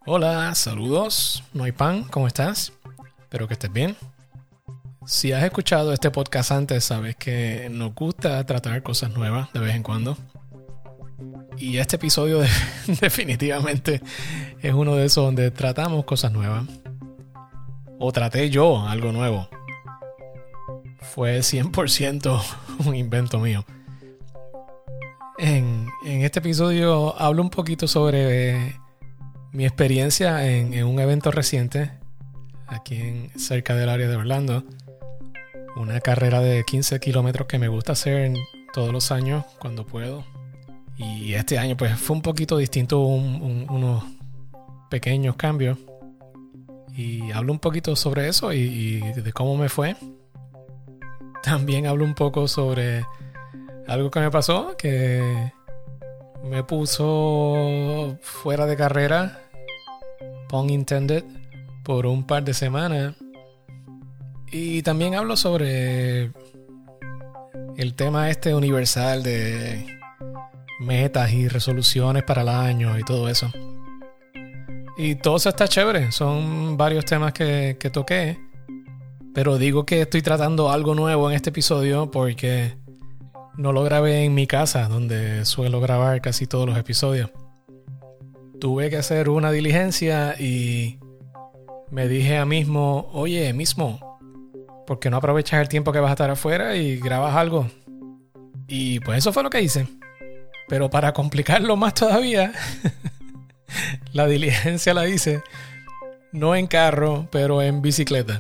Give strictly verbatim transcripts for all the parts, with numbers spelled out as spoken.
Hola, saludos. No hay pan, ¿cómo estás? Espero que estés bien. Si has escuchado este podcast antes, sabes que nos gusta tratar cosas nuevas de vez en cuando. Y este episodio de, definitivamente es uno de esos donde tratamos cosas nuevas. O traté yo algo nuevo. Fue cien por ciento un invento mío. En, en este episodio hablo un poquito sobre mi experiencia en, en un evento reciente aquí en, cerca del área de Orlando. Una carrera de quince kilómetros que me gusta hacer todos los años cuando puedo. Y este año pues fue un poquito distinto, un, un, unos pequeños cambios. Y hablo un poquito sobre eso y, y de cómo me fue. También hablo un poco sobre algo que me pasó, que me puso fuera de carrera, pun intended, por un par de semanas. Y también hablo sobre el tema este universal de metas y resoluciones para el año y todo eso. Y todo eso está chévere. Son varios temas que, que toqué. Pero digo que estoy tratando algo nuevo en este episodio porque no lo grabé en mi casa, donde suelo grabar casi todos los episodios. Tuve que hacer una diligencia y me dije a mismo, oye, mismo, ¿por qué no aprovechas el tiempo que vas a estar afuera y grabas algo? Y pues eso fue lo que hice. Pero para complicarlo más todavía, la diligencia la hice no en carro, pero en bicicleta.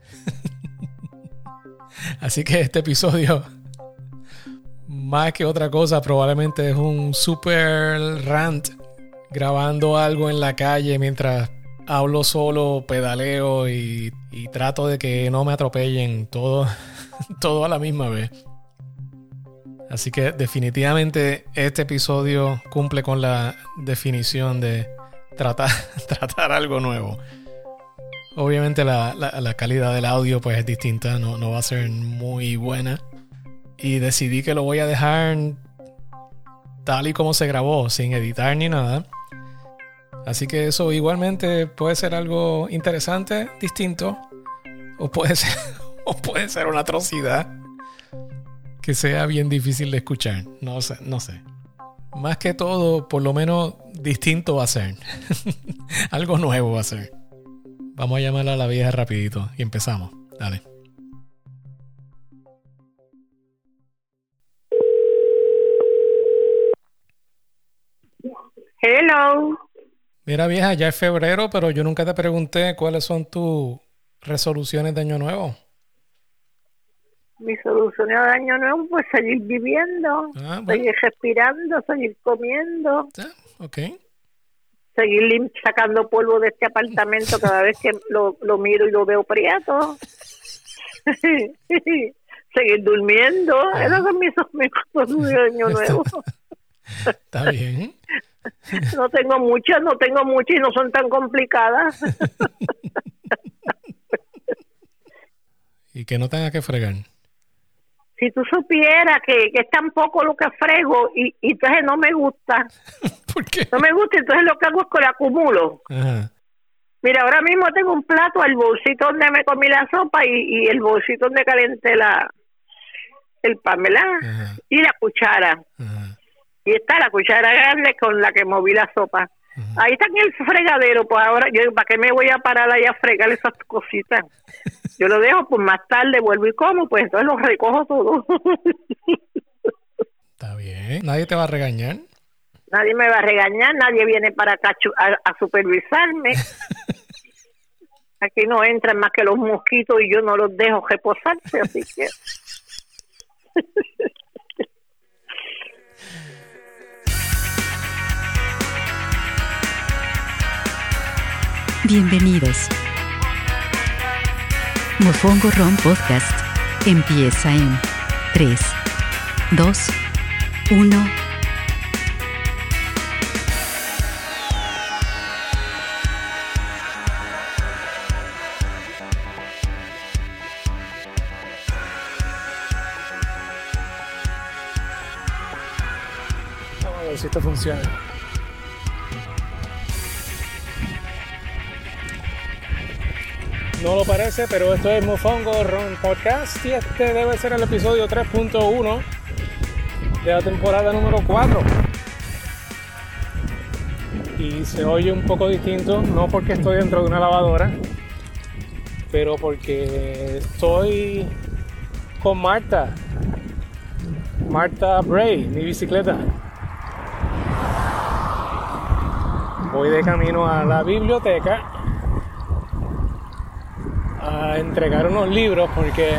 Así que este episodio, más que otra cosa, probablemente es un super rant grabando algo en la calle mientras hablo solo, pedaleo y, y trato de que no me atropellen todo, todo a la misma vez. Así que definitivamente este episodio cumple con la definición de tratar, tratar algo nuevo. Obviamente la, la, la calidad del audio pues es distinta, no, no va a ser muy buena. Y decidí que lo voy a dejar tal y como se grabó, sin editar ni nada. Así que eso igualmente puede ser algo interesante, distinto, o puede ser, o puede ser una atrocidad que sea bien difícil de escuchar. No sé, no sé. Más que todo, por lo menos distinto va a ser. Algo nuevo va a ser. Vamos a llamarla a la vieja rapidito y empezamos. Dale. Hello. Mira, vieja, ya es febrero, pero yo nunca te pregunté cuáles son tus resoluciones de año nuevo. Mi solución de año nuevo, pues seguir viviendo, Ah, bueno. seguir respirando, seguir comiendo, Ah, ok. seguir lim- sacando polvo de este apartamento cada vez que lo, lo miro y lo veo prieto. Seguir durmiendo. Ah. Esas son mis, mis resoluciones de año nuevo. Está bien. No tengo muchas, no tengo muchas y no son tan complicadas. Y que no tenga que fregar. Si tú supieras que, que es tan poco lo que frego y, y entonces no me gusta. ¿Por qué? No me gusta, entonces lo que hago es que lo acumulo. Ajá. Mira, ahora mismo tengo un plato, el bolsito donde me comí la sopa y, y el bolsito donde calenté la el pan, ¿verdad? Ajá. Y la cuchara. Ajá. Y está la cuchara grande con la que moví la sopa. Ajá. Ahí está en el fregadero, pues ahora yo, ¿para qué me voy a parar ahí a fregar esas cositas? Yo lo dejo, pues más tarde vuelvo y como, pues entonces lo recojo todo. Está bien. Nadie te va a regañar. Nadie me va a regañar, nadie viene para acá a, a supervisarme. Aquí no entran más que los mosquitos y yo no los dejo reposarse, así que... Bienvenidos. Mofongo Ron Podcast empieza en tres, dos, uno. Vamos a ver si esto funciona. No lo parece, pero esto es Mofongo Ron Podcast y este debe ser el episodio tres punto uno de la temporada número cuatro. Y se oye un poco distinto, no porque estoy dentro de una lavadora, pero porque estoy con Marta. Marta Bray, mi bicicleta. Voy de camino a la biblioteca a entregar unos libros porque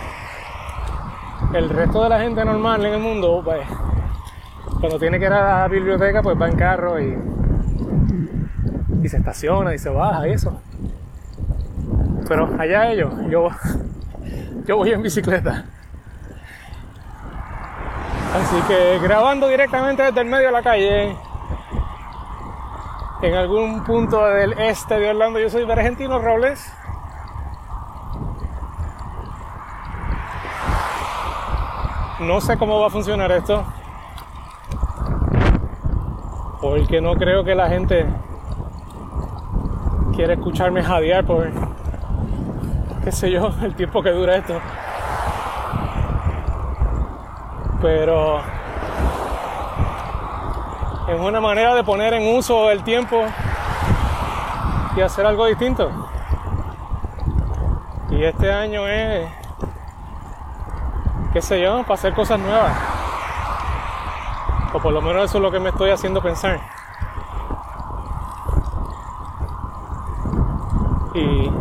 el resto de la gente normal en el mundo, pues, cuando tiene que ir a la biblioteca, pues va en carro y, y se estaciona y se baja y eso. Pero allá ellos, yo, yo voy en bicicleta. Así que grabando directamente desde el medio de la calle, en algún punto del este de Orlando. Yo soy Bergentino Robles. No sé cómo va a funcionar esto, porque no creo que la gente quiera escucharme jadear por, qué sé yo, el tiempo que dura esto. Pero es una manera de poner en uso el tiempo y hacer algo distinto. Y este año es, qué sé yo, para hacer cosas nuevas. O por lo menos eso es lo que me estoy haciendo pensar. Y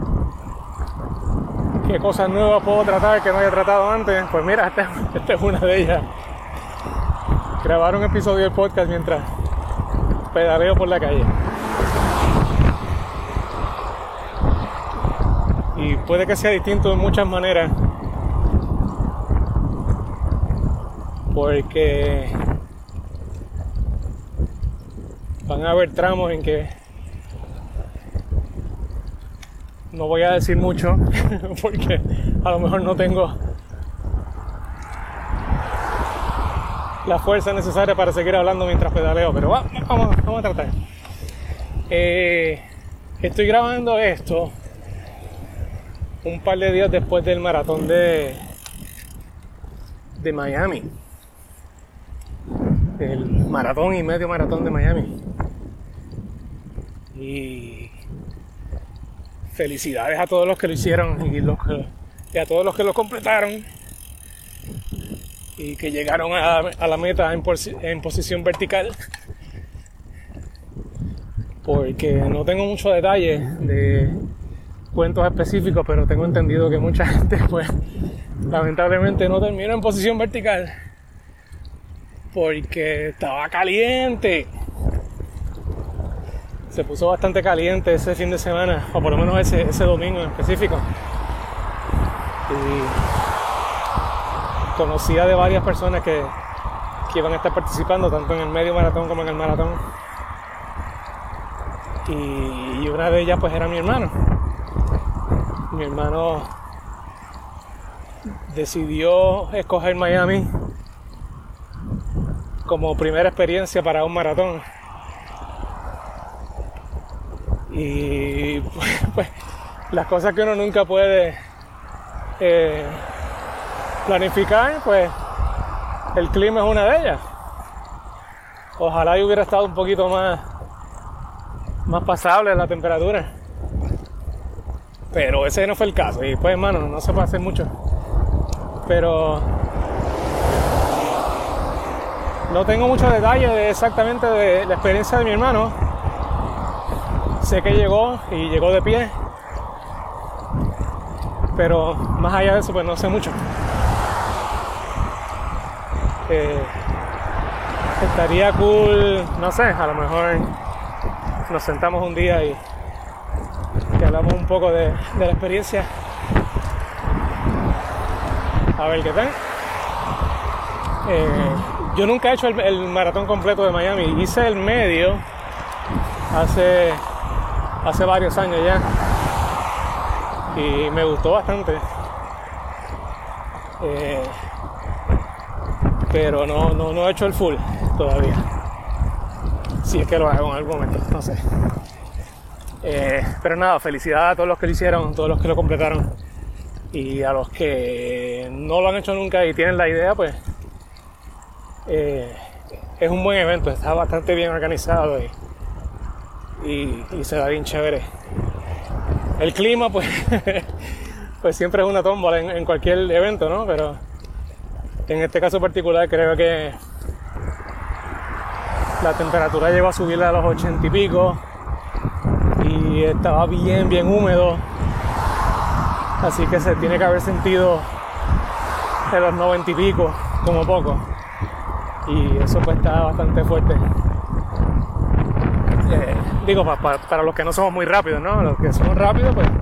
qué cosas nuevas puedo tratar que no haya tratado antes. Pues mira, esta, esta es una de ellas. Grabar un episodio del podcast mientras pedaleo por la calle. Y puede que sea distinto de muchas maneras, porque van a haber tramos en que no voy a decir mucho porque a lo mejor no tengo la fuerza necesaria para seguir hablando mientras pedaleo, pero va, vamos, vamos a tratar. Eh, estoy grabando esto un par de días después del maratón de, de Miami. El maratón y medio maratón de Miami. Y felicidades a todos los que lo hicieron y, los que, y a todos los que lo completaron y que llegaron a, a la meta en, en posición vertical, porque no tengo mucho detalle de cuentos específicos, pero tengo entendido que mucha gente pues lamentablemente no terminó en posición vertical porque estaba caliente. Se puso bastante caliente ese fin de semana, o por lo menos ese, ese domingo en específico. Y conocía de varias personas que, que iban a estar participando tanto en el medio maratón como en el maratón. Y, y una de ellas pues era mi hermano. Mi hermano decidió escoger Miami como primera experiencia para un maratón. Y pues, pues las cosas que uno nunca puede eh, planificar, pues el clima es una de ellas. Ojalá y hubiera estado un poquito más más pasable la temperatura, pero ese no fue el caso. Y pues hermano, no se puede hacer mucho, pero no tengo muchos detalles de exactamente de la experiencia de mi hermano. Sé que llegó y llegó de pie, pero más allá de eso pues no sé mucho. Eh, estaría cool, no sé, a lo mejor nos sentamos un día y, y hablamos un poco de, de la experiencia, a ver qué tal. Eh, yo nunca he hecho el, el maratón completo de Miami, hice el medio hace, hace varios años ya y me gustó bastante. Eh, pero no, no, no he hecho el full todavía. Si es que lo hago en algún momento, no sé. Eh, pero nada, felicidades a todos los que lo hicieron, todos los que lo completaron. Y a los que no lo han hecho nunca y tienen la idea, pues eh, es un buen evento, está bastante bien organizado y, y, y se da bien chévere. El clima, pues, pues siempre es una tómbola en, en cualquier evento, ¿no? Pero en este caso particular creo que la temperatura llegó a subir a los ochenta y pico y estaba bien, bien húmedo. Así que se tiene que haber sentido en los noventa y pico, como poco. Y eso pues está bastante fuerte. Eh, digo, pa, pa, para los que no somos muy rápidos, ¿no? Los que somos rápidos, pues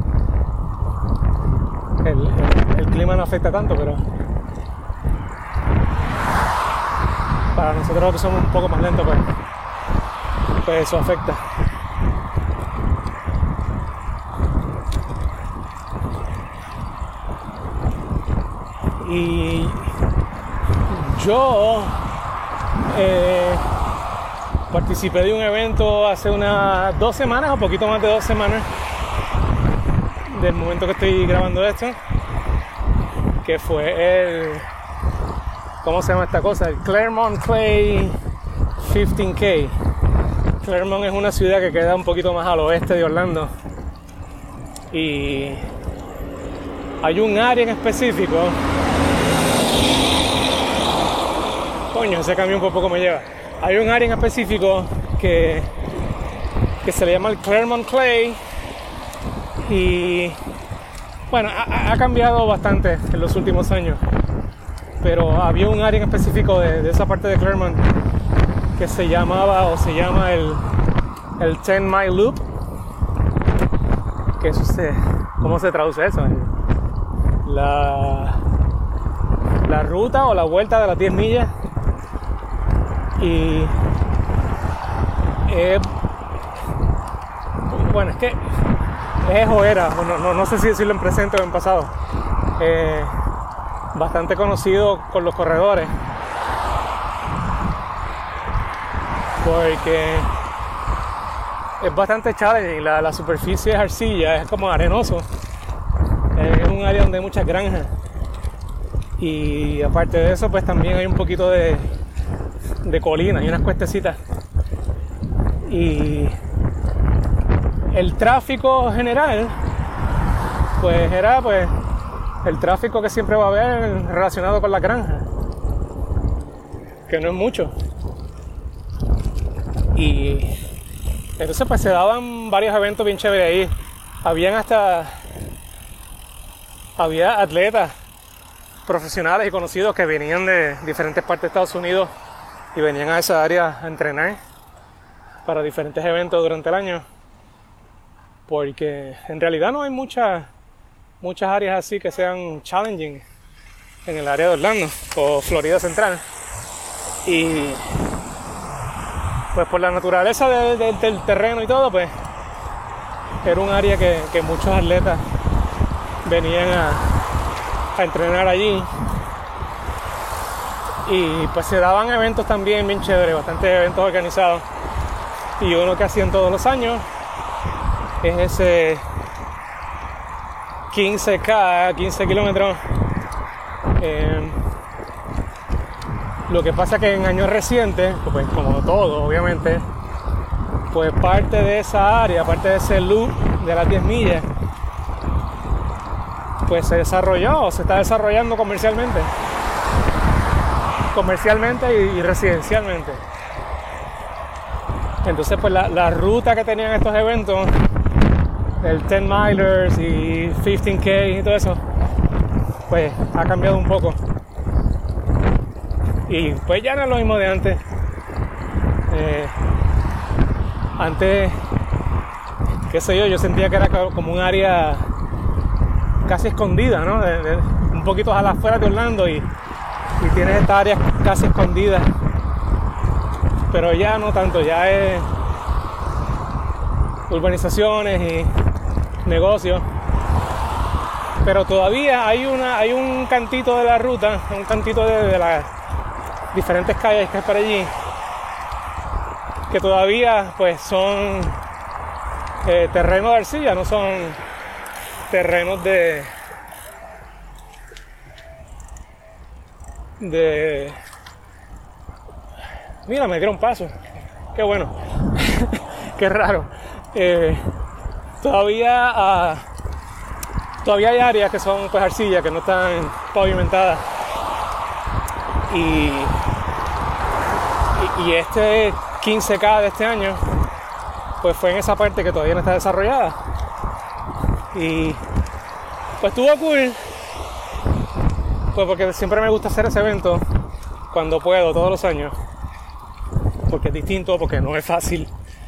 el, el, el clima no afecta tanto, pero para nosotros que somos un poco más lentos, pues, pues eso afecta. Y yo eh, participé de un evento hace unas dos semanas, un poquito más de dos semanas del momento que estoy grabando esto, que fue el, ¿cómo se llama esta cosa? El Claremont Clay quince K. Claremont es una ciudad que queda un poquito más al oeste de Orlando y hay un área en específico. Coño, ese camión por poco me lleva. Hay un área en específico que, que se le llama el Claremont Clay y bueno, ha, ha cambiado bastante en los últimos años, pero había un área en específico de, de esa parte de Claremont que se llamaba o se llama el, el ten mile loop, que eso se, ¿cómo se traduce eso? La, la ruta o la vuelta de las diez millas. Y eh, bueno, es que es o era, no, no, no sé si decirlo en presente o en pasado, eh, bastante conocido con los corredores, porque es bastante challenging, la, la superficie es arcilla, es como arenoso, es un área donde hay muchas granjas y aparte de eso pues también hay un poquito de de colina y unas cuestecitas y el tráfico general pues era pues el tráfico que siempre va a haber relacionado con la granja, que no es mucho, y entonces pues se daban varios eventos bien chéveres ahí. Habían hasta había atletas profesionales y conocidos que venían de diferentes partes de Estados Unidos y venían a esa área a entrenar para diferentes eventos durante el año, porque en realidad no hay muchas muchas áreas así que sean challenging en el área de Orlando o Florida Central, y pues por la naturaleza de, de, del terreno y todo, pues era un área que, que muchos atletas venían a, a entrenar allí. Y pues se daban eventos también bien chéveres, bastantes eventos organizados. Y uno que hacían todos los años es ese quince K, quince kilómetros. Eh, lo que pasa que en años recientes, pues como todo obviamente, pues parte de esa área, parte de ese loop de las diez millas, pues se desarrolló, se está desarrollando comercialmente. comercialmente y, y residencialmente. Entonces pues la, la ruta que tenían estos eventos, el ten milers y quince K y todo eso, pues ha cambiado un poco y pues ya no es lo mismo de antes. eh, antes, qué sé yo, yo sentía que era como un área casi escondida, ¿no? De, de, un poquito a las afueras de Orlando y y tienes esta área casi escondida, pero ya no tanto, ya es urbanizaciones y negocios, pero todavía hay una hay un cantito de la ruta, un cantito de, de las diferentes calles que hay por allí, que todavía pues son eh, terrenos de arcilla, no son terrenos de de mira, me dieron paso, qué bueno. Qué raro. eh, todavía uh, todavía hay áreas que son pues arcilla, que no están pavimentadas, y, y, y este quince K de este año pues fue en esa parte que todavía no está desarrollada, y pues estuvo cool, pues porque siempre me gusta hacer ese evento cuando puedo, todos los años, porque es distinto, porque no es fácil.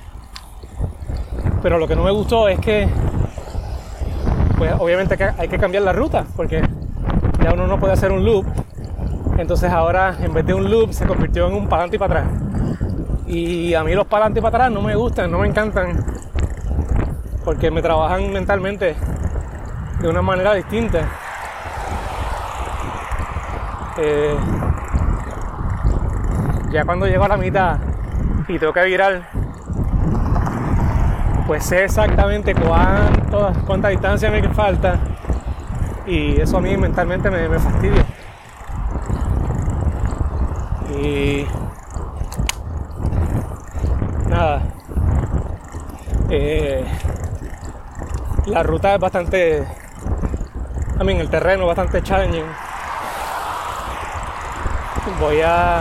Pero lo que no me gustó es que pues obviamente hay que cambiar la ruta, porque ya uno no puede hacer un loop. Entonces ahora, en vez de un loop, se convirtió en un para adelante y para atrás. Y a mí los para adelante y para atrás no me gustan, no me encantan, porque me trabajan mentalmente de una manera distinta. Eh, ya cuando llego a la mitad y tengo que virar, pues sé exactamente cuánto, cuánta distancia me falta, y eso a mí mentalmente me, me fastidia. Y nada, eh, la ruta es bastante, a mí el terreno es bastante challenging. Voy a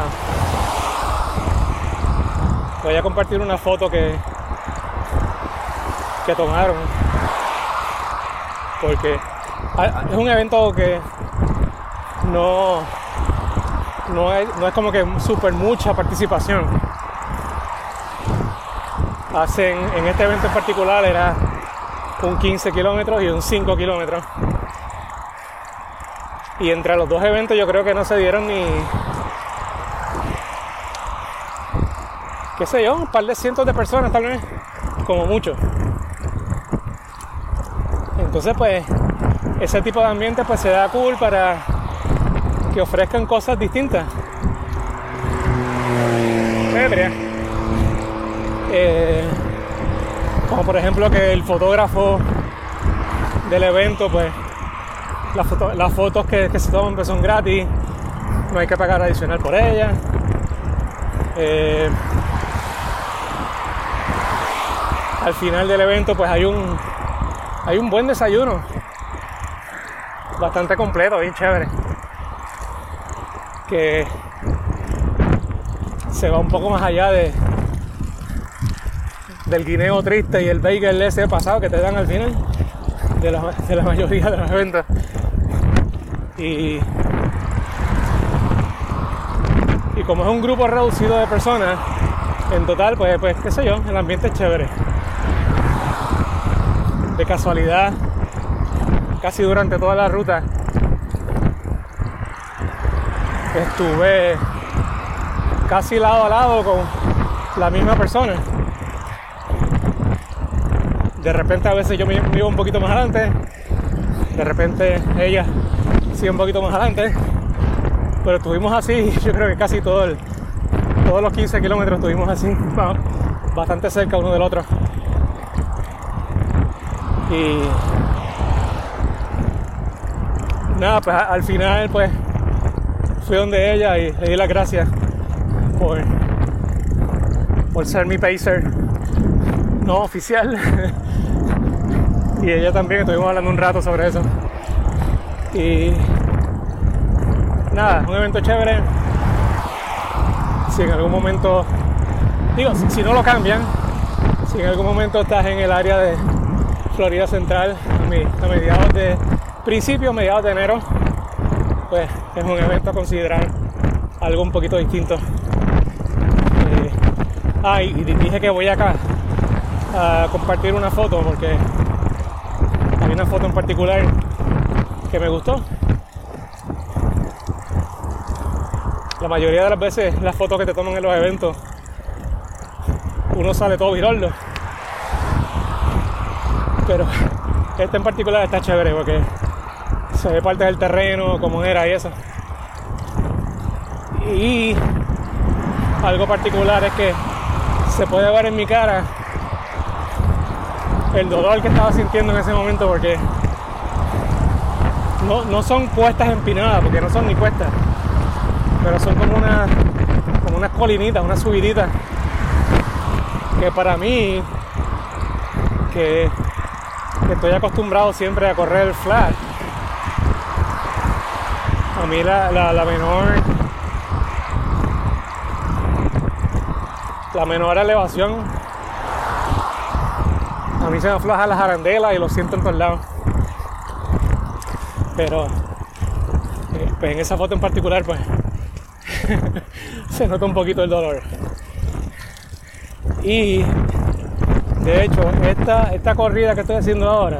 voy a compartir una foto que que tomaron, porque es un evento que no no es, no es como que súper mucha participación. Hacen, en este evento en particular era un quince kilómetros y un cinco kilómetros, y entre los dos eventos yo creo que no se dieron ni, qué sé yo, un par de cientos de personas tal vez, como mucho. Entonces pues ese tipo de ambiente pues se da cool para que ofrezcan cosas distintas. Eh, como por ejemplo que el fotógrafo del evento, pues las, foto, las fotos que, que se toman pues son gratis, no hay que pagar adicional por ellas. Eh, al final del evento pues hay un Hay un buen desayuno, bastante completo, bien chévere, que se va un poco más allá de del guineo triste y el bagel ese pasado que te dan al final de la, de la mayoría de los eventos. Y, y como es un grupo reducido de personas, en total, pues, pues qué sé yo, el ambiente es chévere. De casualidad, casi durante toda la ruta estuve casi lado a lado con la misma persona. De repente a veces yo me iba un poquito más adelante, de repente ella sigue un poquito más adelante, pero estuvimos así, yo creo que casi todo el, todos los quince kilómetros estuvimos así, bueno, bastante cerca uno del otro. Y nada, pues al final pues fui donde ella y le di las gracias por, por ser mi pacer no oficial. Y ella también, estuvimos hablando un rato sobre eso. Y nada, un evento chévere. Si en algún momento, digo, si, si no lo cambian, si en algún momento estás en el área de Florida Central a mediados de principio, mediados de enero, pues es un evento a considerar, algo un poquito distinto. Eh, ah, y, y dije que voy acá a compartir una foto porque hay una foto en particular que me gustó. La mayoría de las veces las fotos que te toman en los eventos uno sale todo viroldo, pero este en particular está chévere porque se ve parte del terreno, cómo era y eso. Y algo particular es que se puede ver en mi cara el dolor que estaba sintiendo en ese momento, porque no, no son cuestas empinadas, porque no son ni cuestas, pero son como una como unas colinitas, unas subiditas, que para mí, que, que estoy acostumbrado siempre a correr flat, a mí la, la, la menor la menor elevación, a mí se me aflojan las arandelas y lo siento en todos lados. Pero eh, pues en esa foto en particular pues se nota un poquito el dolor. Y de hecho esta, esta corrida que estoy haciendo ahora,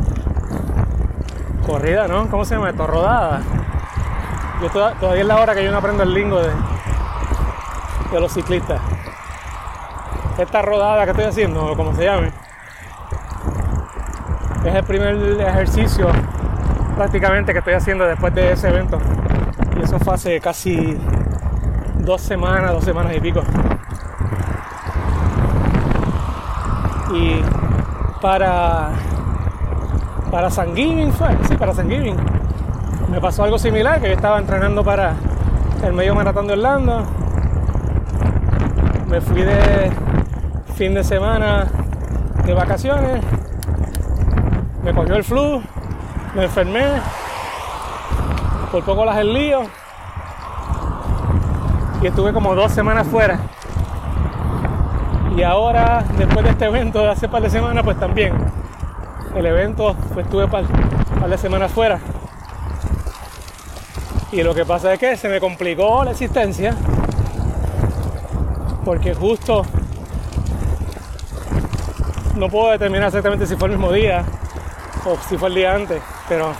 corrida, ¿no? ¿Cómo se llama esto? Rodada. Yo toda, todavía es la hora que yo no aprendo el lingo de, de los ciclistas. Esta rodada que estoy haciendo, o como se llame, es el primer ejercicio prácticamente que estoy haciendo después de ese evento. Y eso fue hace casi dos semanas, dos semanas y pico. Y para para San Giving fue, sí, para San Giving me pasó algo similar, que yo estaba entrenando para el medio maratón de Orlando. Me fui de fin de semana de vacaciones, me cogió el flu, me enfermé, por poco las el lío y estuve como dos semanas fuera. Y ahora, después de este evento de hace un par de semanas, pues también el evento, pues estuve un par, par de semanas fuera. Y lo que pasa es que se me complicó la existencia, porque justo no puedo determinar exactamente si fue el mismo día o si fue el día antes, pero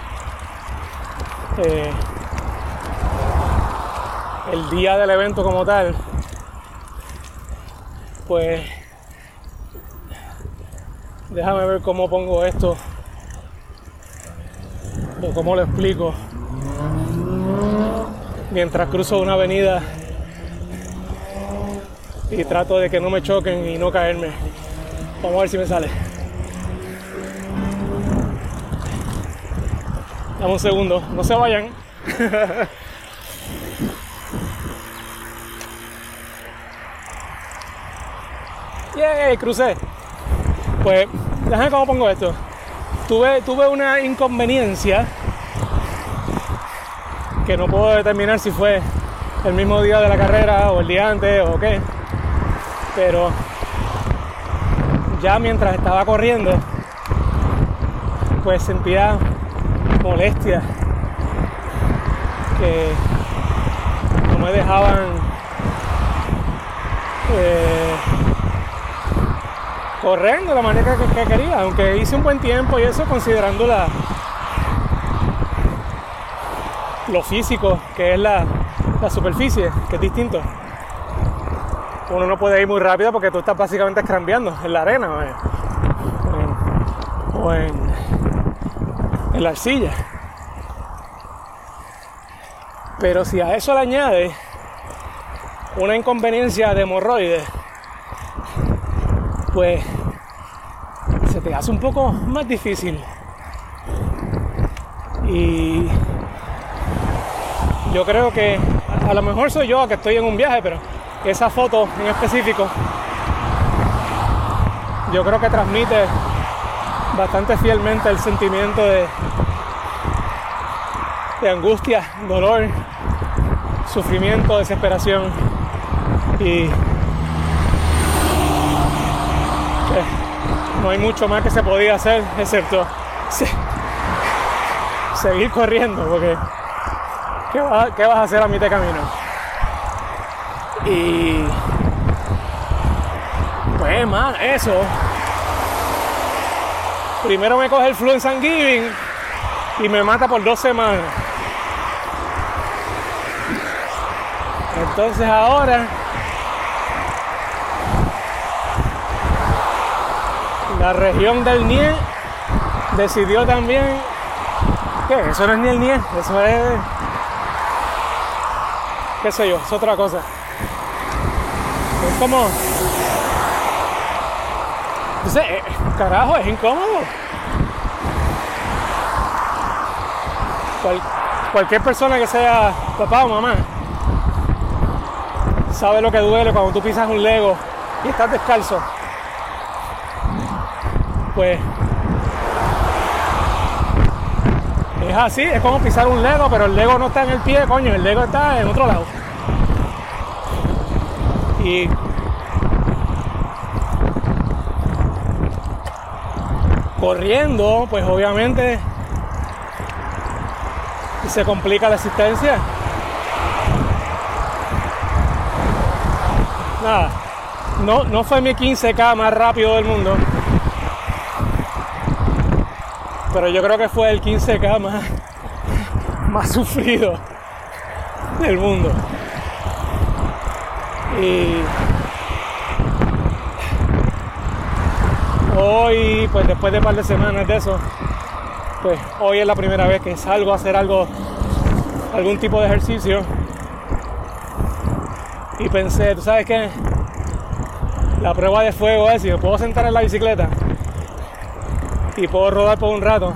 eh, el día del evento como tal, pues déjame ver cómo pongo esto o cómo lo explico mientras cruzo una avenida y trato de que no me choquen y no caerme. Vamos a ver si me sale. Dame un segundo, no se vayan. ¡Yay! Crucé. Pues, déjame cómo pongo esto. Tuve, tuve una inconveniencia que no puedo determinar si fue el mismo día de la carrera o el día antes o qué. Pero ya mientras estaba corriendo, pues sentía molestia que no me dejaban eh, correr de la manera que, que quería, aunque hice un buen tiempo y eso, considerando la lo físico que es la, la superficie, que es distinto. Uno no puede ir muy rápido porque tú estás básicamente escrambeando en la arena o en, o en, en la arcilla. Pero si a eso le añade una inconveniencia de hemorroides, pues se te hace un poco más difícil. Y yo creo que a lo mejor soy yo que estoy en un viaje, pero esa foto en específico yo creo que transmite bastante fielmente el sentimiento de, de angustia, dolor, sufrimiento, desesperación y eh, no hay mucho más que se podía hacer excepto se, seguir corriendo, porque ¿qué vas, ¿qué vas a hacer a mitad de camino? Y pues man, eso primero me coge el flu en San Giving y me mata por dos semanas. Entonces ahora la región del N I E decidió también que eso no es ni el N I E, eso es qué sé yo, es otra cosa. Es como Entonces, eh, carajo, es incómodo. Cual, cualquier persona que sea papá o mamá sabe lo que duele cuando tú pisas un Lego y estás descalzo. Pues es así, es como pisar un Lego, pero el Lego no está en el pie, coño, el Lego está en otro lado. Y corriendo, pues obviamente se complica la existencia. Nada, no, no fue mi quince K más rápido del mundo, pero yo creo que fue el quince K más, más sufrido del mundo. Y hoy, pues después de un par de semanas de eso, pues hoy es la primera vez que salgo a hacer algo, algún tipo de ejercicio. Y pensé, ¿tú sabes qué? La prueba de fuego es si me puedo sentar en la bicicleta y puedo rodar por un rato.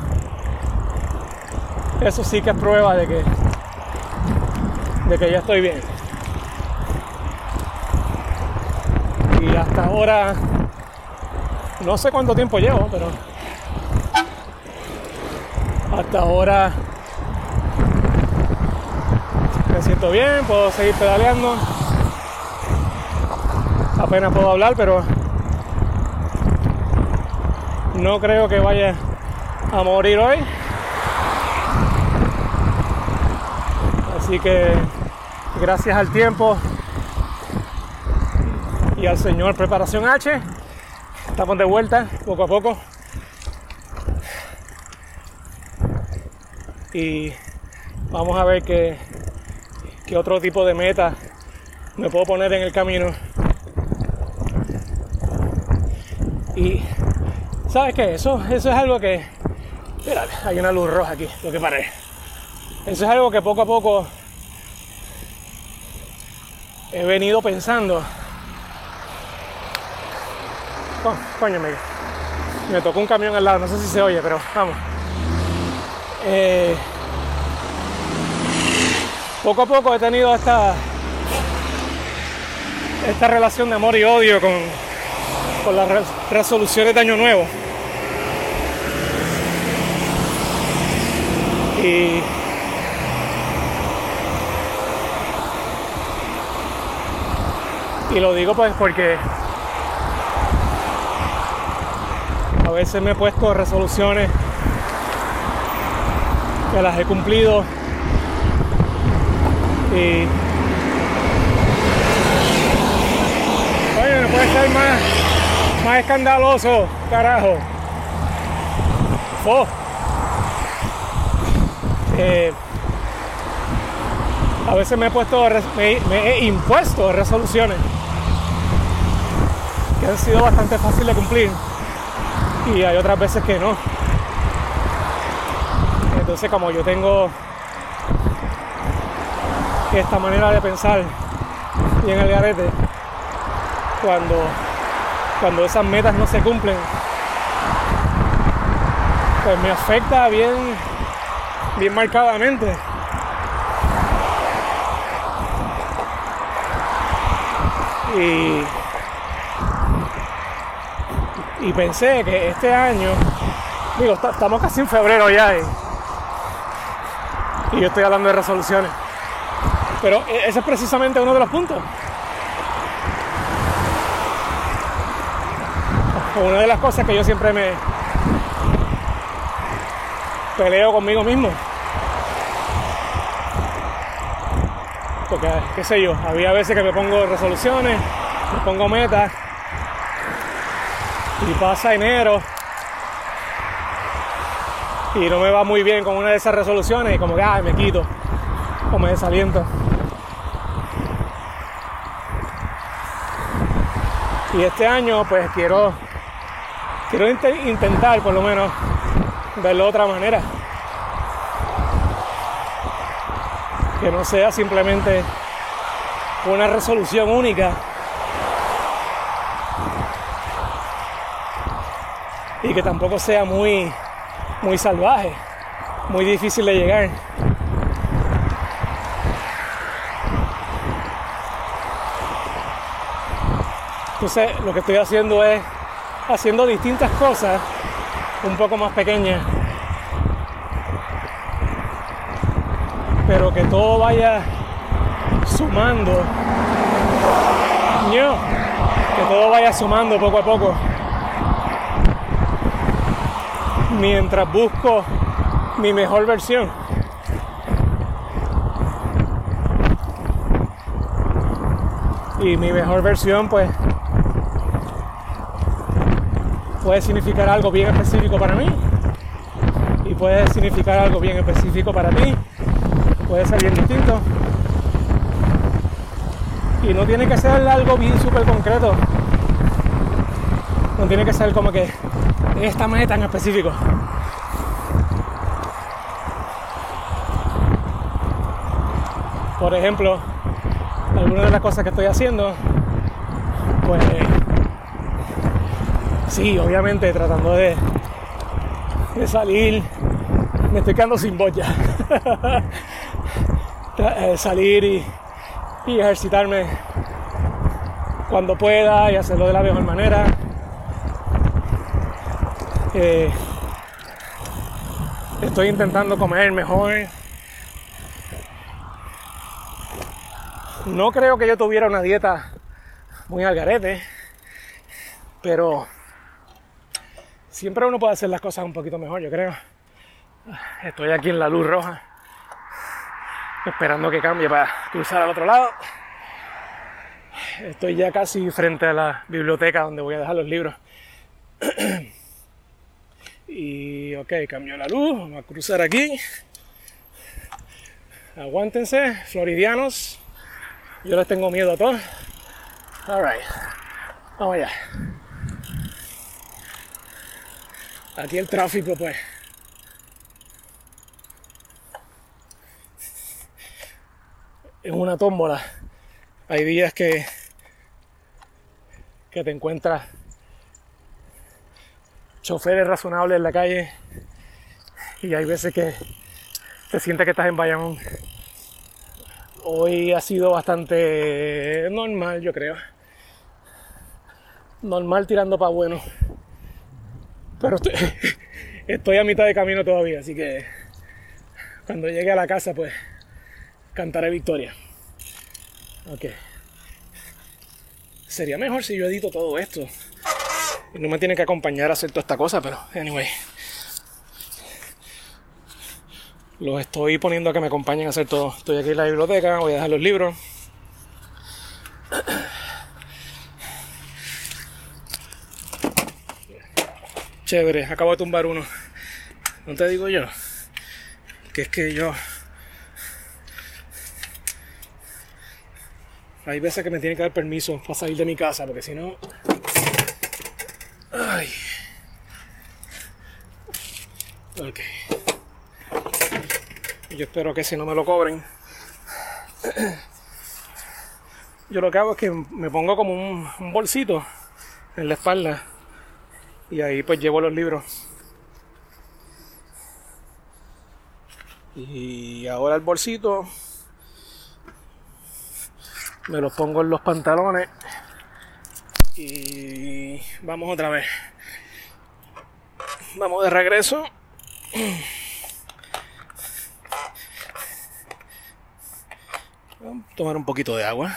Eso sí que es prueba de que, de que ya estoy bien. Y hasta ahora, no sé cuánto tiempo llevo, pero hasta ahora me siento bien, puedo seguir pedaleando. Apenas puedo hablar, pero no creo que vaya a morir hoy. Así que gracias al tiempo y al señor Preparación H, estamos de vuelta poco a poco. Y vamos a ver qué, qué otro tipo de meta me puedo poner en el camino. Y ¿sabes qué? Eso, eso es algo que... Mira, hay una luz roja aquí, lo que paré. Eso es algo que poco a poco he venido pensando. Oh, coño, me, me tocó un camión al lado, no sé si se oye, pero vamos. Eh, poco a poco he tenido esta, esta relación de amor y odio con, con las re- resoluciones de Año Nuevo. Y y lo digo pues porque a veces me he puesto resoluciones que las he cumplido y oye, no puede ser más más escandaloso, carajo. Oh. Eh, a veces me he puesto me, me he impuesto resoluciones que han sido bastante fáciles de cumplir y hay otras veces que no. Entonces, como yo tengo esta manera de pensar bien al garete, cuando cuando esas metas no se cumplen, pues me afecta bien bien marcadamente. Y, y pensé que este año, digo, está, estamos casi en febrero ya y, y yo estoy hablando de resoluciones, pero ese es precisamente uno de los puntos. Una de las cosas que yo siempre me peleo conmigo mismo. Porque, qué sé yo, había veces que me pongo resoluciones, me pongo metas y pasa enero y no me va muy bien con una de esas resoluciones y como que ay, me quito o me desaliento. Y este año pues quiero quiero int- intentar por lo menos verlo de otra manera. Que no sea simplemente una resolución única, y que tampoco sea muy, muy salvaje, muy difícil de llegar. Entonces lo que estoy haciendo es haciendo distintas cosas un poco más pequeñas, pero que todo vaya sumando, ¿no? que todo vaya sumando poco a poco, mientras busco mi mejor versión. Y mi mejor versión, pues, puede significar algo bien específico para mí y puede significar algo bien específico para ti, puede ser bien distinto y no tiene que ser algo bien súper concreto, no tiene que ser como que esta meta en específico. Por ejemplo, algunas de las cosas que estoy haciendo, pues sí, obviamente tratando de, de salir, me estoy quedando sin voz ya. Salir y, y ejercitarme cuando pueda y hacerlo de la mejor manera. Eh, estoy intentando comer mejor. No creo que yo tuviera una dieta muy al garete, pero siempre uno puede hacer las cosas un poquito mejor, yo creo. Estoy aquí en la luz roja, esperando que cambie para cruzar al otro lado. Estoy ya casi frente a la biblioteca donde voy a dejar los libros. Y ok, cambió la luz, vamos a cruzar aquí. Aguántense, floridianos. Yo les tengo miedo a todos. Alright, vamos allá. Aquí el tráfico, pues, es una tómbola. Hay días que que te encuentras choferes razonables en la calle y hay veces que te sientes que estás en Bayamón. Hoy ha sido bastante normal, yo creo. Normal tirando para bueno. Pero estoy, estoy a mitad de camino todavía, así que cuando llegue a la casa, pues, cantaré victoria. Ok. Sería mejor si yo edito todo esto y no me tiene que acompañar a hacer toda esta cosa, pero anyway. Los estoy poniendo a que me acompañen a hacer todo. Estoy aquí en la biblioteca, voy a dejar los libros. Chévere, acabo de tumbar uno. No te digo yo que es que yo hay veces que me tienen que dar permiso para salir de mi casa, porque si no, ay, ok, yo espero que si no me lo cobren. Yo lo que hago es que me pongo como un, un bolsito en la espalda y ahí pues llevo los libros. Y ahora el bolsito me los pongo en los pantalones y vamos otra vez. Vamos de regreso. Vamos a tomar un poquito de agua.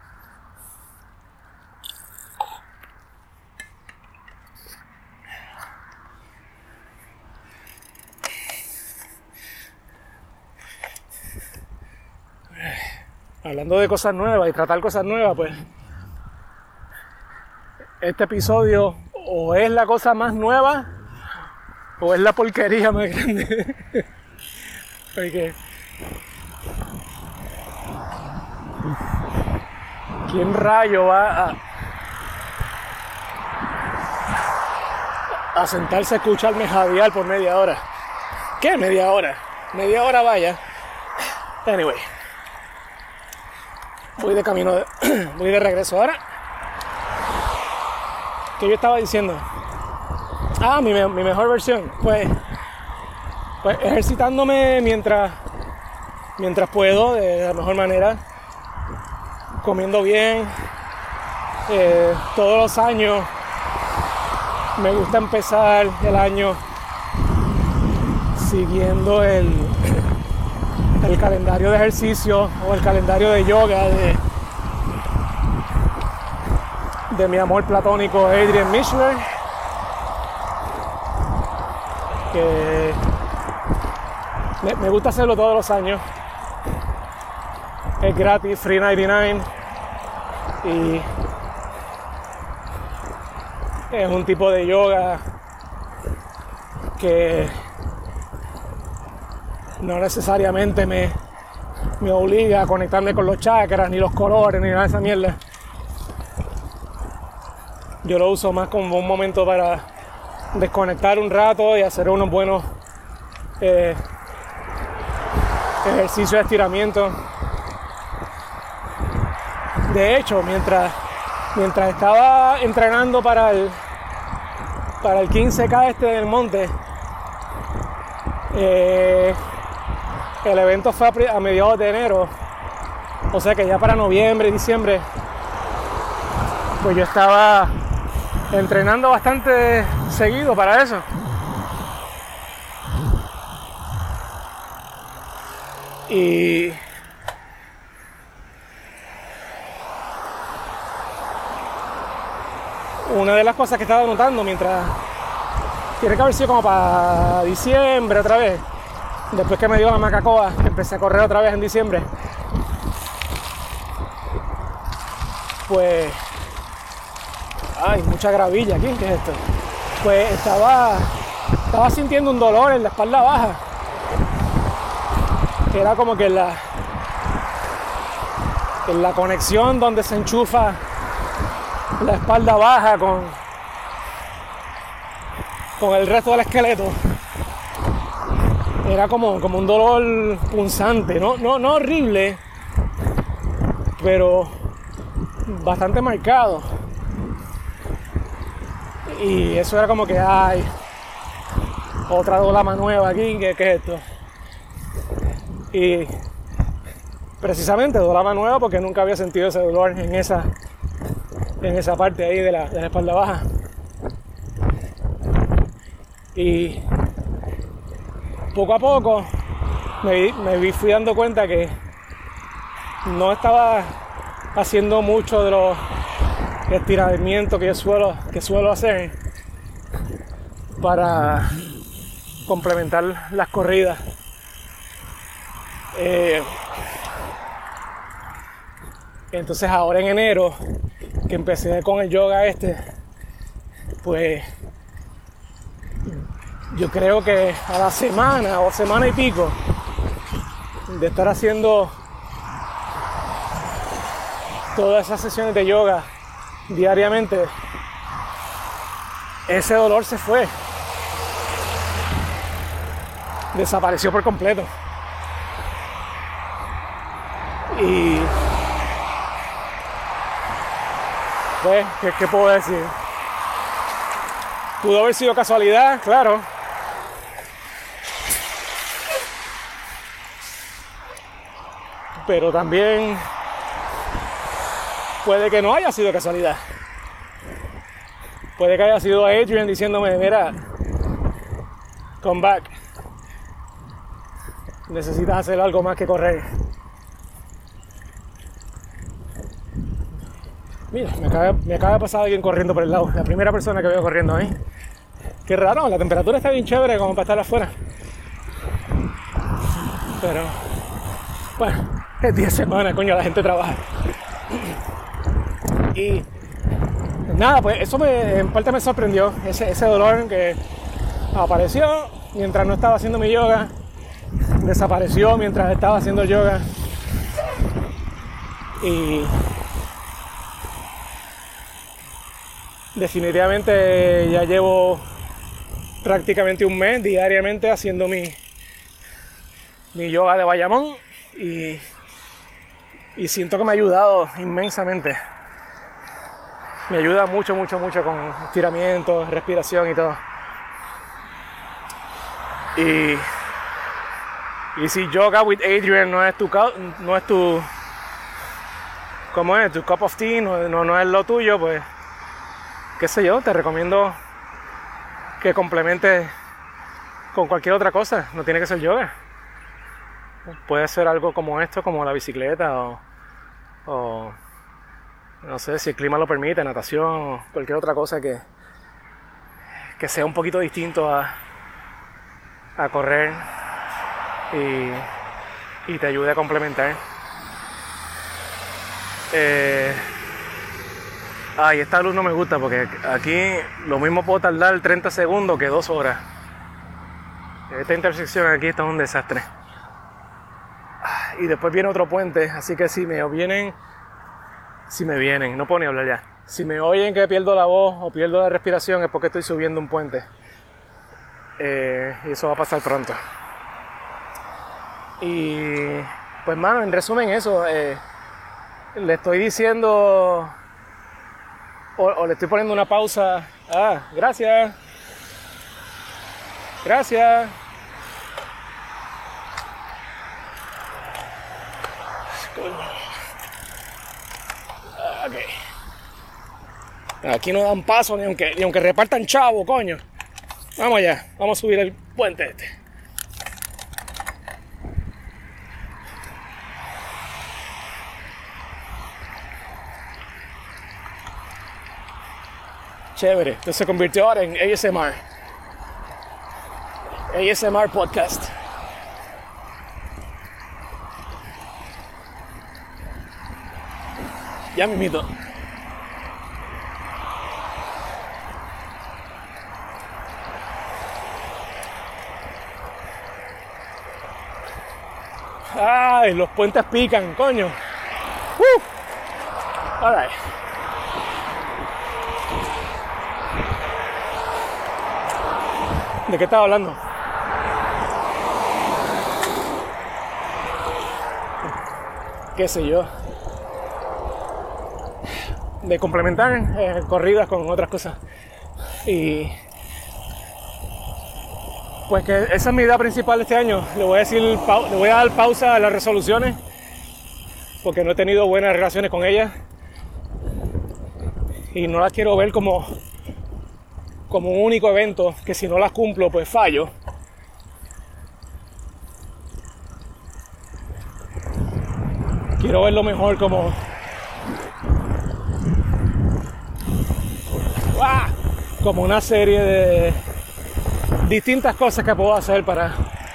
Hablando de cosas nuevas y tratar cosas nuevas, pues este episodio o es la cosa más nueva o es la porquería más grande. Porque ¿quién rayo va a, a sentarse a escucharme jadear por media hora? ¿Qué media hora? Media hora vaya. Anyway. Voy de camino, de, voy de regreso ahora. ¿Qué yo estaba diciendo? Ah, mi, mi mejor versión. Pues, pues ejercitándome mientras, mientras puedo, de la mejor manera. Comiendo bien. Eh, todos los años me gusta empezar el año siguiendo el, el calendario de ejercicio o el calendario de yoga de, de mi amor platónico Adrian Mishler, que me, me gusta hacerlo todos los años. Es gratis, free noventa y nueve, y es un tipo de yoga que no necesariamente me, me obliga a conectarme con los chakras, ni los colores, ni nada de esa mierda. Yo lo uso más como un momento para desconectar un rato y hacer unos buenos eh, ejercicios de estiramiento. De hecho, mientras, mientras estaba entrenando para el, para el quince K este del monte, eh, el evento fue a mediados de enero, o sea que ya para noviembre, diciembre, pues yo estaba entrenando bastante seguido para eso. Y una de las cosas que estaba notando mientras, tiene que haber sido como para diciembre otra vez, después que me dio la macacoa, empecé a correr otra vez en diciembre, pues, ay, mucha gravilla aquí, ¿qué es esto? Pues estaba, estaba sintiendo un dolor en la espalda baja, que era como que en la, en la conexión donde se enchufa la espalda baja con, con el resto del esqueleto. Era como, como un dolor punzante, no, no, no horrible, pero bastante marcado. Y eso era como que hay otra dolama nueva aquí, ¿qué, qué es esto? Y precisamente dolama nueva porque nunca había sentido ese dolor en esa en esa parte ahí de la, de la espalda baja. Y poco a poco me, me vi, fui dando cuenta que no estaba haciendo mucho de los estiramientos que yo suelo, que suelo hacer para complementar las corridas. Eh, entonces ahora en enero, que empecé con el yoga este, pues yo creo que a la semana o semana y pico de estar haciendo todas esas sesiones de yoga diariamente, ese dolor se fue, desapareció por completo. Y pues, ¿qué, qué puedo decir? Pudo haber sido casualidad, claro. Pero también puede que no haya sido casualidad. Puede que haya sido Adrian diciéndome, mira, come back. Necesitas hacer algo más que correr. Mira, me acaba, me acaba de pasar alguien corriendo por el lado. La primera persona que veo corriendo ahí. Qué raro, la temperatura está bien chévere como para estar afuera. Pero, bueno, es diez semanas, coño, la gente trabaja. Y nada, pues eso me, en parte me sorprendió. Ese, ese dolor que apareció mientras no estaba haciendo mi yoga. Desapareció mientras estaba haciendo yoga. Y definitivamente ya llevo prácticamente un mes diariamente haciendo mi, mi yoga de Bayamón y, y siento que me ha ayudado inmensamente. Me ayuda mucho, mucho, mucho con estiramientos, respiración y todo. Y, y si yoga with Adrian no es tu, no es tu, ¿cómo es? Tu cup of tea, no, no, no es lo tuyo, pues, qué sé yo, te recomiendo que complementes con cualquier otra cosa, no tiene que ser yoga. Puede ser algo como esto, como la bicicleta o, o no sé, si el clima lo permite, natación o cualquier otra cosa que, que sea un poquito distinto a, a correr y, y te ayude a complementar. Eh, ay, esta luz no me gusta porque aquí lo mismo puedo tardar treinta segundos que dos horas. Esta intersección aquí está un desastre. Y después viene otro puente, así que si me vienen, si me vienen, no puedo ni hablar ya. Si me oyen que pierdo la voz o pierdo la respiración es porque estoy subiendo un puente. Eh, y eso va a pasar pronto. Y pues mano, en resumen eso, eh, le estoy diciendo o, o le estoy poniendo una pausa. Ah, gracias. Gracias. Okay. Aquí no dan paso ni aunque, ni aunque repartan chavo, coño. Vamos allá, vamos a subir el puente este. Chévere, esto se convirtió ahora en A S M R. A S M R Podcast. Ya mismito. Ay, los puentes pican, coño. Uh. All right. ¿De qué estaba hablando? ¿Qué sé yo? De complementar eh, corridas con otras cosas. Y pues que esa es mi idea principal este año. Le voy a decir, le voy a dar pausa a las resoluciones porque no he tenido buenas relaciones con ellas y no las quiero ver como como un único evento que si no las cumplo pues fallo. Quiero verlo mejor como ¡ah! como una serie de distintas cosas que puedo hacer para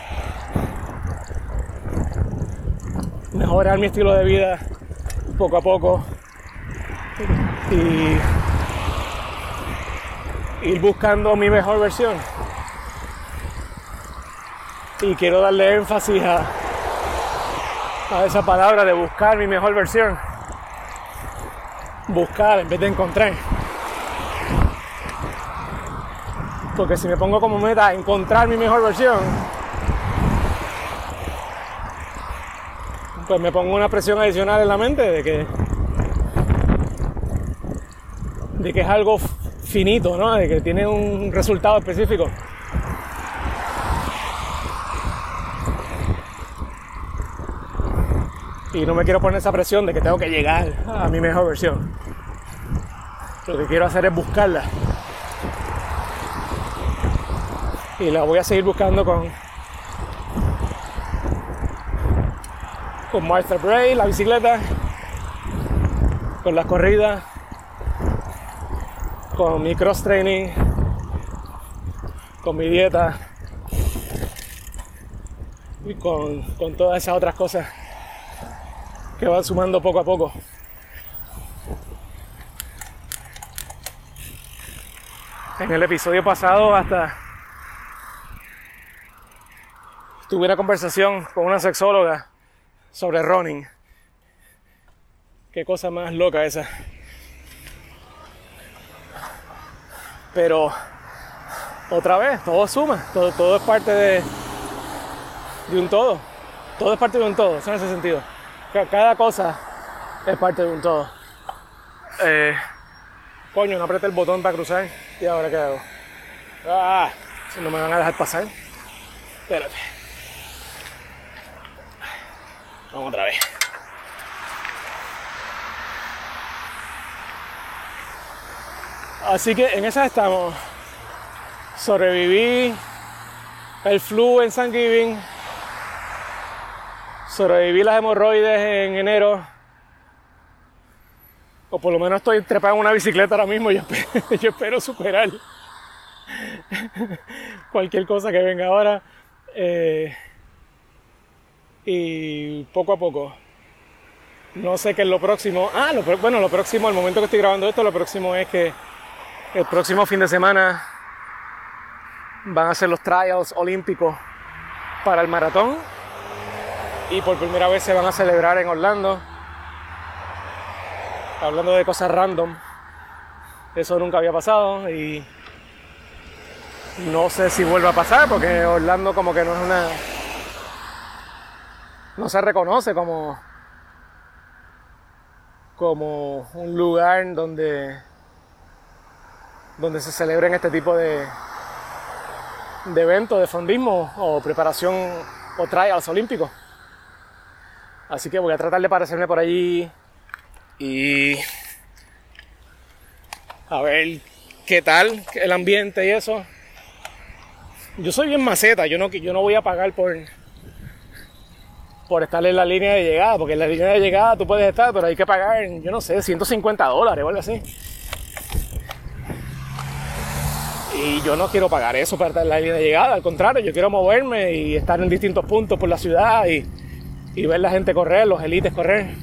mejorar mi estilo de vida poco a poco y ir buscando mi mejor versión. Y quiero darle énfasis a, a esa palabra de buscar mi mejor versión. Buscar en vez de encontrar. Porque si me pongo como meta encontrar mi mejor versión, pues me pongo una presión adicional en la mente de que de que es algo finito, ¿no? De que tiene un resultado específico. Y no me quiero poner esa presión de que tengo que llegar a mi mejor versión. Lo que quiero hacer es buscarla. Y la voy a seguir buscando con con Martha Bray, la bicicleta, con las corridas, con mi cross training, con mi dieta y con, con todas esas otras cosas que van sumando poco a poco. En el episodio pasado hasta tuve una conversación con una sexóloga sobre running. Qué cosa más loca esa. Pero otra vez, todo suma, todo, todo es parte de, de un todo. Todo es parte de un todo, eso en ese sentido. Cada cosa es parte de un todo. Eh, coño, no apreté el botón para cruzar. ¿Y ahora qué hago? Ah, si no me van a dejar pasar. Espérate. Vamos otra vez. Así que en esa estamos. Sobreviví el flu en Thanksgiving. Sobreviví las hemorroides en enero. O por lo menos estoy trepado en una bicicleta ahora mismo. Yo espero, yo espero superar cualquier cosa que venga ahora. Eh, y poco a poco. No sé qué es lo próximo. Ah, lo, bueno, lo próximo, al momento que estoy grabando esto, lo próximo es que el próximo fin de semana van a ser los trials olímpicos para el maratón. Y por primera vez se van a celebrar en Orlando. Hablando de cosas random, eso nunca había pasado y no sé si vuelve a pasar porque Orlando como que no es una... no se reconoce como como un lugar donde donde se celebren este tipo de de eventos de fondismo o preparación o trials olímpicos. Así que voy a tratar de parecerme por allí y a ver qué tal el ambiente y eso. Yo soy bien maceta, yo no, yo no voy a pagar por, por estar en la línea de llegada, porque en la línea de llegada tú puedes estar, pero hay que pagar, yo no sé, ciento cincuenta dólares o algo así. Y yo no quiero pagar eso para estar en la línea de llegada, al contrario, yo quiero moverme y estar en distintos puntos por la ciudad y, y ver la gente correr, los élites correr.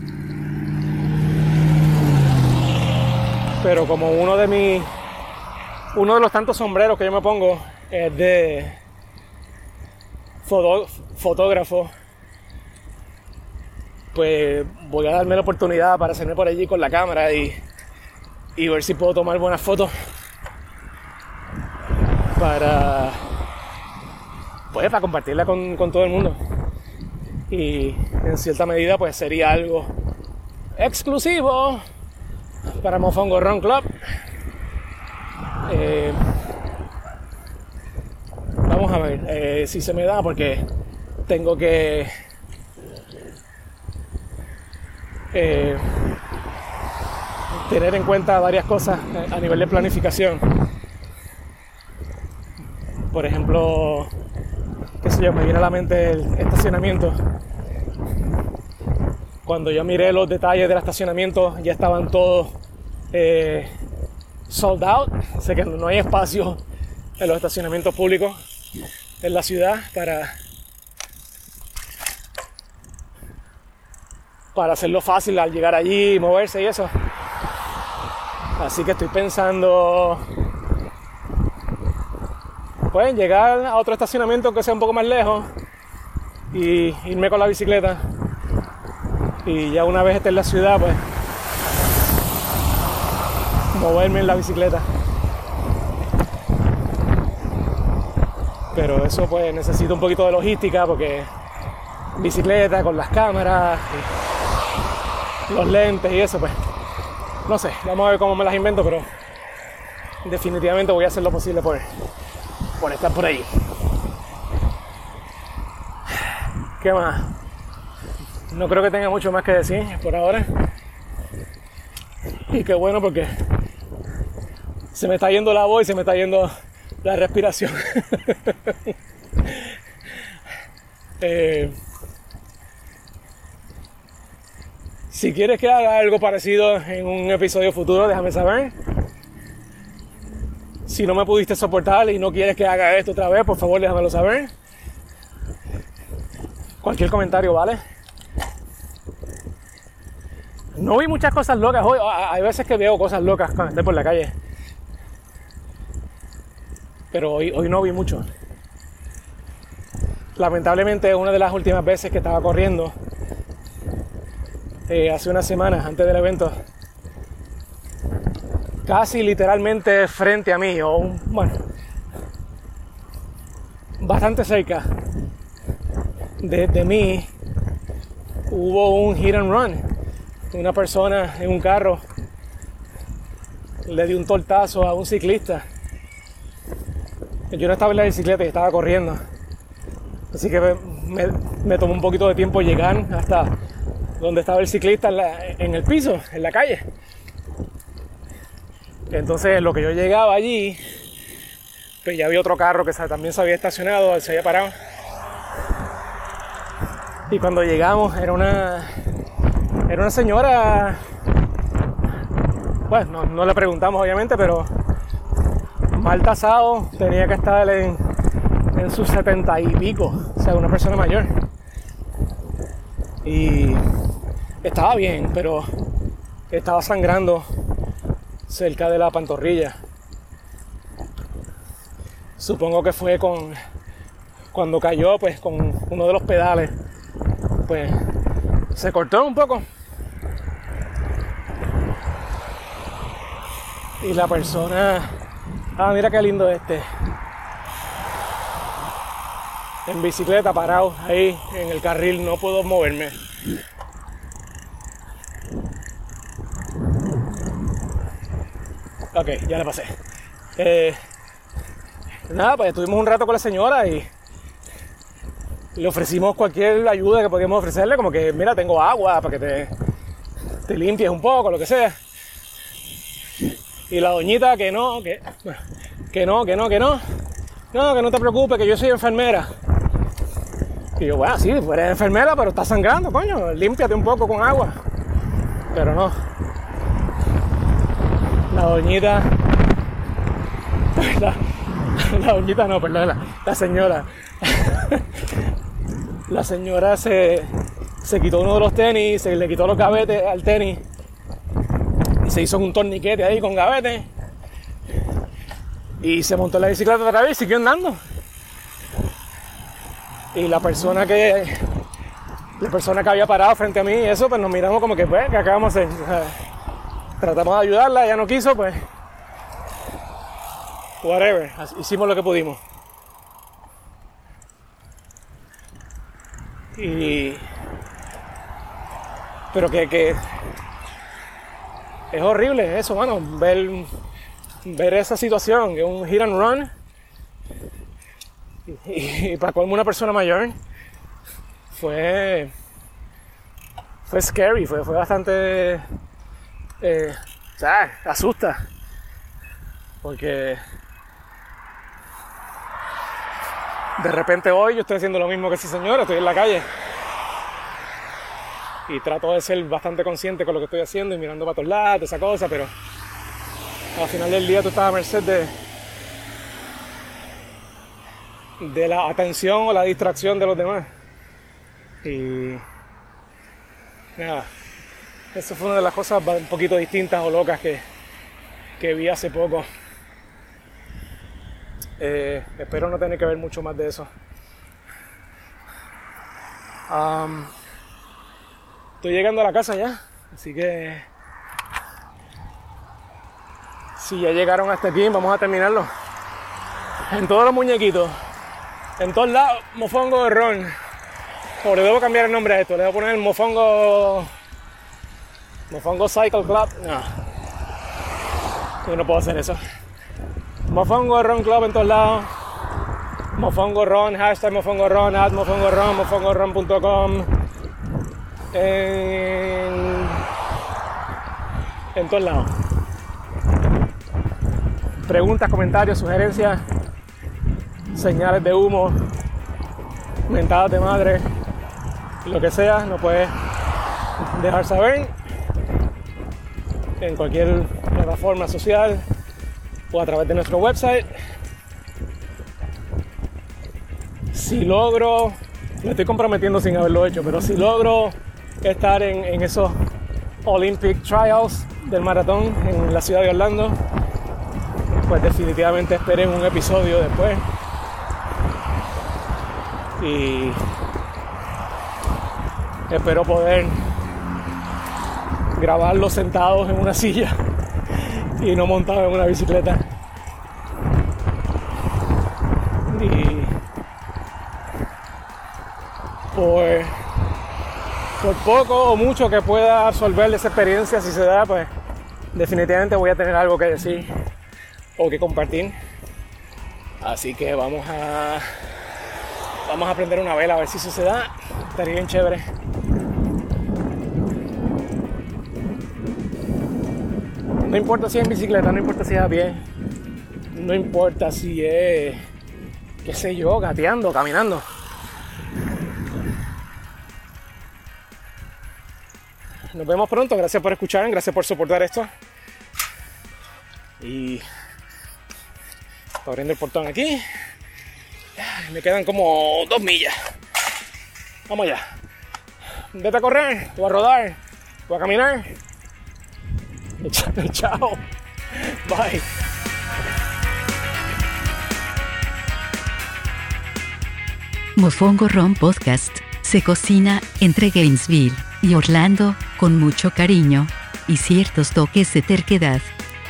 Pero como uno de mis uno de los tantos sombreros que yo me pongo es de foto, fotógrafo, pues voy a darme la oportunidad para hacerme por allí con la cámara y, y ver si puedo tomar buenas fotos para pues para compartirla con, con todo el mundo. Y en cierta medida pues sería algo exclusivo para Mofongo Run Club. Eh, vamos a ver eh, si se me da, porque tengo que eh, tener en cuenta varias cosas a nivel de planificación. Por ejemplo, qué sé yo, me viene a la mente el estacionamiento. Cuando yo miré los detalles del estacionamiento, ya estaban todos eh, sold out. Sé que no hay espacio en los estacionamientos públicos en la ciudad para, para hacerlo fácil al llegar allí y moverse y eso. Así que estoy pensando, pueden llegar a otro estacionamiento que sea un poco más lejos y irme con la bicicleta. Y ya una vez esté en la ciudad, pues moverme en la bicicleta. Pero eso pues necesita un poquito de logística, porque bicicleta con las cámaras, los lentes y eso, pues no sé, vamos a ver cómo me las invento, pero definitivamente voy a hacer lo posible por, por estar por ahí. ¿Qué más? No creo que tenga mucho más que decir por ahora. Y qué bueno, porque se me está yendo la voz y se me está yendo la respiración. eh, si quieres que haga algo parecido en un episodio futuro, déjame saber. Si no me pudiste soportar y no quieres que haga esto otra vez, por favor déjamelo saber. Cualquier comentario vale. No vi muchas cosas locas hoy. Hay veces que veo cosas locas cuando estoy por la calle, pero hoy, hoy no vi mucho. Lamentablemente, una de las últimas veces que estaba corriendo, eh, hace unas semanas antes del evento, casi literalmente frente a mí, o un, bueno, bastante cerca de, de mí, hubo un hit and run. Una persona en un carro le dio un tortazo a un ciclista. Yo no estaba en la bicicleta y estaba corriendo. Así que me, me, me tomó un poquito de tiempo llegar hasta donde estaba el ciclista en, la, en el piso, en la calle. Entonces, en lo que yo llegaba allí, pues ya había otro carro que también se había estacionado, se había parado. Y cuando llegamos, era una, era una señora, bueno, no, no le preguntamos obviamente, pero mal tasado, tenía que estar en, en sus setenta y pico, o sea, una persona mayor. Y estaba bien, pero estaba sangrando cerca de la pantorrilla. Supongo que fue con cuando cayó, pues con uno de los pedales, pues se cortó un poco. Y la persona, ah, mira qué lindo este, en bicicleta parado ahí en el carril, no puedo moverme. Ok, ya le pasé. Eh, nada, pues estuvimos un rato con la señora y le ofrecimos cualquier ayuda que podíamos ofrecerle, como que, mira, tengo agua para que te, te limpies un poco, lo que sea. Y la doñita que no, que, que no, que no, que no. No, que no te preocupes, que yo soy enfermera. Y yo, bueno, sí, tú eres enfermera, pero estás sangrando, coño, límpiate un poco con agua. Pero no. La doñita... La, la doñita no, perdón, la, la señora. La señora se, se quitó uno de los tenis, se le quitó los gavetes al tenis y se hizo un torniquete ahí con gavetes y se montó en la bicicleta otra vez y siguió andando. Y la persona que la persona que había parado frente a mí, eso, pues nos miramos como que, pues, ¿qué acabamos de hacer? O sea, tratamos de ayudarla, ella no quiso, pues whatever, hicimos lo que pudimos. Y pero que, que es horrible eso, mano, ver, ver esa situación, que es un hit and run y, y para colmo una persona mayor fue fue scary, fue, fue bastante eh, o sea, asusta, porque de repente hoy yo estoy haciendo lo mismo que esa señora, estoy en la calle y trato de ser bastante consciente con lo que estoy haciendo y mirando para todos lados, esa cosa, pero al final del día tú estás a merced de de la atención o la distracción de los demás. Y nada, eso fue una de las cosas un poquito distintas o locas que, que vi hace poco. Eh, espero no tener que ver mucho más de eso. Um, estoy llegando a la casa ya, así que si ya llegaron hasta aquí, vamos a terminarlo. En todos los muñequitos, en todos lados, mofongo de ron. O le debo cambiar el nombre a esto, le debo poner mofongo mofongo Cycle Club. No, yo no puedo hacer eso. Mofongo Ron Club en todos lados. Mofongo Ron, hashtag Mofongo Ron, at Mofongo Ron, mofongo ron punto com. En, en todos lados. Preguntas, comentarios, sugerencias, señales de humo, mentadas de madre, lo que sea, nos puedes dejar saber en cualquier plataforma social o a través de nuestro website. Si logro, me estoy comprometiendo sin haberlo hecho, pero si logro estar en, en esos Olympic Trials del maratón en la ciudad de Orlando, pues definitivamente esperen un episodio después. Y espero poder grabarlo sentados en una silla y no montado en una bicicleta. Y por, por poco o mucho que pueda absorber de esa experiencia, si se da, pues definitivamente voy a tener algo que decir o que compartir. Así que vamos a Vamos a prender una vela a ver si eso se da. Estaría bien chévere. No importa si es en bicicleta, no importa si es a pie, no importa si es, qué sé yo, gateando, caminando. Nos vemos pronto, gracias por escuchar, gracias por soportar esto. Y estoy abriendo el portón aquí. Me quedan como dos millas. Vamos allá. Vete a correr, o a rodar, o a caminar. Chao. Bye. Mofongo Ron Podcast se cocina entre Gainesville y Orlando con mucho cariño y ciertos toques de terquedad.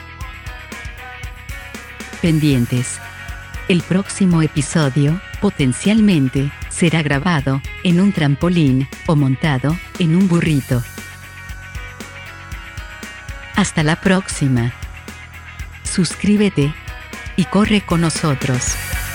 Pendientes. El próximo episodio, potencialmente, será grabado en un trampolín o montado en un burrito. Hasta la próxima. Suscríbete y corre con nosotros.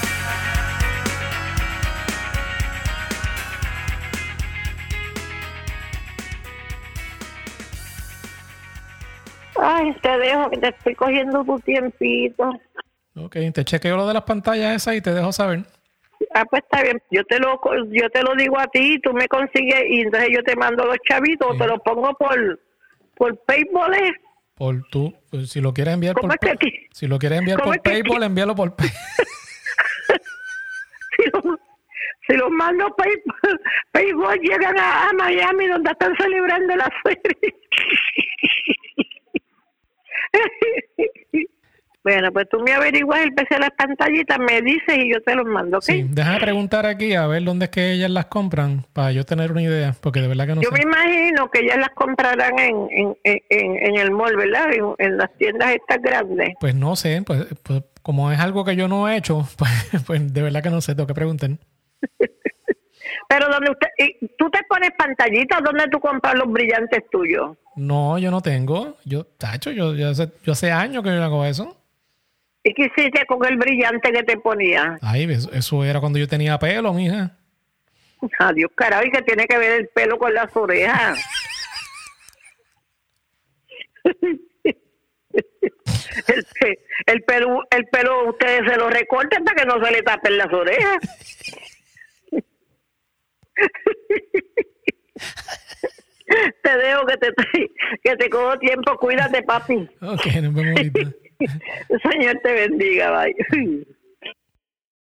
Ay, te dejo que te estoy cogiendo tu tiempito. Ok, te chequeo lo de las pantallas esas y te dejo saber. Ah, pues está bien. Yo te lo yo te lo digo a ti, tú me consigues y entonces yo te mando los chavitos, sí. Te los pongo por por PayPal. ¿eh? Por tú, pues, si lo quieres enviar ¿Cómo por es que aquí? Si lo quieres enviar por PayPal, aquí? Envíalo por PayPal. si, lo, si los mando PayPal, PayPal llegan a, a Miami donde están celebrando la serie. Bueno, pues tú me averiguas el precio de las pantallitas, me dices y yo te los mando, ¿ok? Sí, déjame preguntar aquí a ver dónde es que ellas las compran para yo tener una idea, porque de verdad que no yo sé. Yo me imagino que ellas las comprarán en, en, en, en el mall, ¿verdad? En, en las tiendas estas grandes. Pues no sé, pues, pues como es algo que yo no he hecho, pues, pues de verdad que no sé, tengo que preguntar. Pero donde usted, ¿tú te pones pantallitas? ¿Dónde tú compras los brillantes tuyos? No, yo no tengo. Yo, tacho, yo, yo, hace, yo hace años que yo no hago eso. ¿Y qué hiciste con el brillante que te ponía? Ay, eso, eso era cuando yo tenía pelo, mija. Adiós, carajo, ¿y qué tiene que ver el pelo con las orejas? el, el, pelo, el pelo ustedes se lo recorten para que no se le tapen las orejas. Te dejo que te, que te cojo tiempo. Cuídate, papi. Ok, nos vemos ahorita. El Señor te bendiga, bye.